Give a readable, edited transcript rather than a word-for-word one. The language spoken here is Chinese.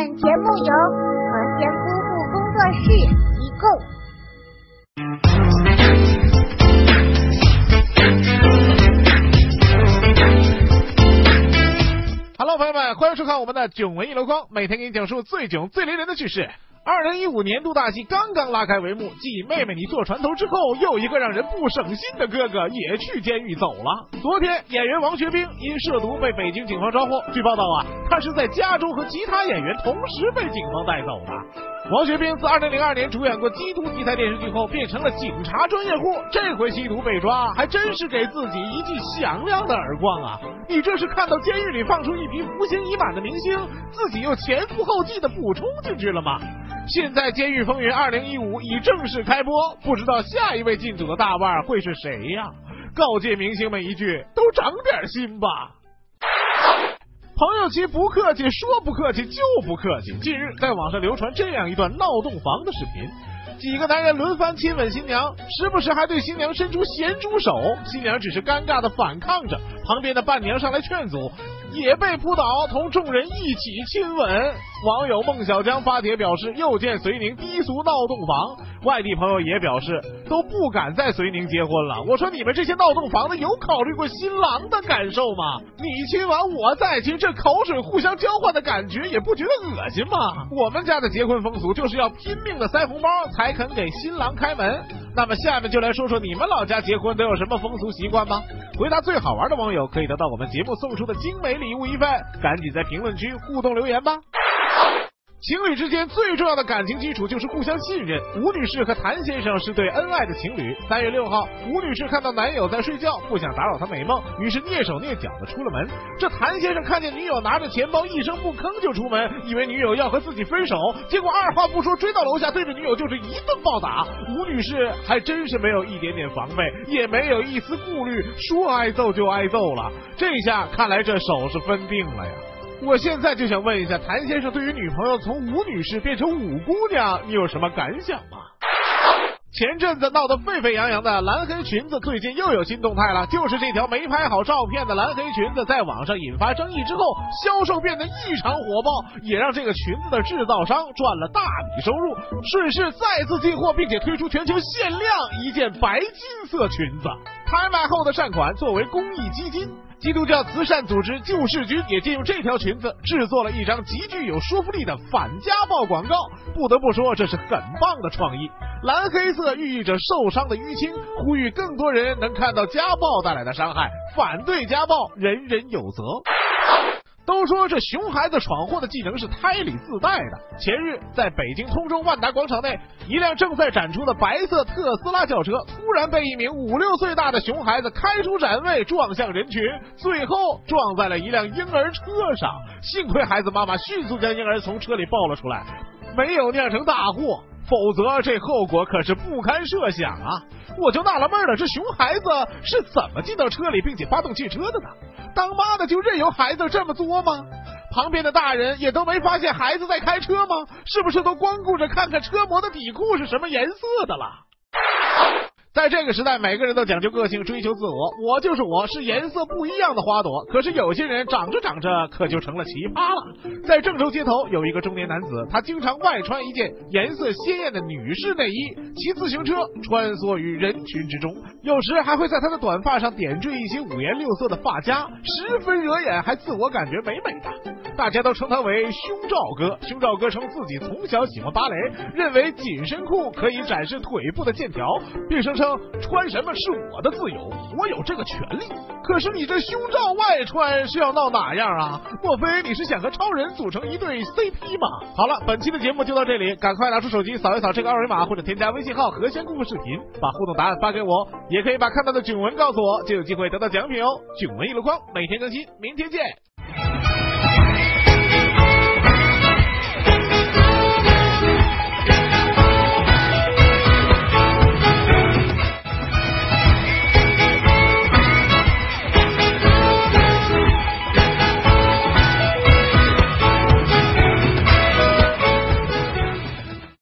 本节目由何仙姑父工作室提供。 Hello， 朋友们，欢迎收看我们的囧文一箩筐，每天给你讲述最囧、最雷人的趣事。2015年度大戏刚刚拉开帷幕，继妹妹你坐船头之后，又一个让人不省心的哥哥也去监狱走了。昨天，演员王学兵因涉毒被北京警方抓获。据报道啊，他是在加州和其他演员同时被警方带走的。王学兵自2002年主演过缉毒题材电视剧后，变成了警察专业户。这回吸毒被抓，还真是给自己一记响亮的耳光啊！你这是看到监狱里放出一批服刑已满的明星，自己又前赴后继的补充进去了吗？现在《监狱风云2015》已正式开播，不知道下一位进组的大腕会是谁呀？告诫明星们一句，都长点心吧。朋友其不客气，说不客气就不客气。近日在网上流传这样一段闹洞房的视频，几个男人轮番亲吻新娘，时不时还对新娘伸出咸猪手，新娘只是尴尬的反抗着，旁边的伴娘上来劝阻，也被扑倒，同众人一起亲吻。网友孟小江发帖表示，又见隋宁低俗闹洞房。外地朋友也表示，都不敢在隋宁结婚了。我说你们这些闹洞房的有考虑过新郎的感受吗？你亲完我再亲，这口水互相交换的感觉也不觉得恶心吗？我们家的结婚风俗就是要拼命的塞红包才肯给新郎开门。那么下面就来说说你们老家结婚都有什么风俗习惯吗？回答最好玩的网友可以得到我们节目送出的精美礼物一份，赶紧在评论区互动留言吧。情侣之间最重要的感情基础就是互相信任。吴女士和谭先生是对恩爱的情侣。3月6号，吴女士看到男友在睡觉，不想打扰他美梦，于是蹑手蹑脚的出了门。这谭先生看见女友拿着钱包一声不吭就出门，以为女友要和自己分手，结果二话不说追到楼下，对着女友就是一顿暴打。吴女士还真是没有一点点防备，也没有一丝顾虑，说挨揍就挨揍了。这下看来这手是分定了呀。我现在就想问一下谭先生，对于女朋友从吴女士变成武姑娘，你有什么感想吗？前阵子闹得沸沸扬扬的蓝黑裙子最近又有新动态了，就是这条没拍好照片的蓝黑裙子在网上引发争议之后，销售变得异常火爆，也让这个裙子的制造商赚了大笔收入，顺势再次进货，并且推出全球限量一件白金色裙子，拍卖后的善款作为公益基金。基督教慈善组织救世军也借用这条裙子制作了一张极具有说服力的反家暴广告，不得不说这是很棒的创意。蓝黑色寓意着受伤的淤青，呼吁更多人能看到家暴带来的伤害，反对家暴，人人有责。都说这熊孩子闯祸的技能是胎里自带的。前日在北京通州万达广场内，一辆正在展出的白色特斯拉轿车突然被一名5、6岁大的熊孩子开出展位，撞向人群，最后撞在了一辆婴儿车上。幸亏孩子妈妈迅速将婴儿从车里抱了出来，没有酿成大祸，否则这后果可是不堪设想啊！我就纳了闷了，这熊孩子是怎么进到车里并且发动汽车的呢？当妈的就任由孩子这么作吗？旁边的大人也都没发现孩子在开车吗？是不是都光顾着看看车模的底裤是什么颜色的了？在这个时代，每个人都讲究个性，追求自我，我就是我，是颜色不一样的花朵。可是有些人长着长着可就成了奇葩了。在郑州街头有一个中年男子，他经常外穿一件颜色鲜艳的女士内衣，骑自行车穿梭于人群之中，有时还会在他的短发上点缀一些五颜六色的发夹，十分惹眼，还自我感觉美美的。大家都称他为胸罩哥。胸罩哥称自己从小喜欢芭蕾，认为紧身裤可以展示腿部的线条，并声称穿什么是我的自由，我有这个权利。可是你这胸罩外穿是要闹哪样啊？莫非你是想和超人组成一对 CP 吗？好了，本期的节目就到这里，赶快拿出手机扫一扫这个二维码，或者添加微信号何仙姑父视频，把互动答案发给我，也可以把看到的囧文告诉我，就有机会得到奖品哦。囧文一箩筐，每天更新，明天见。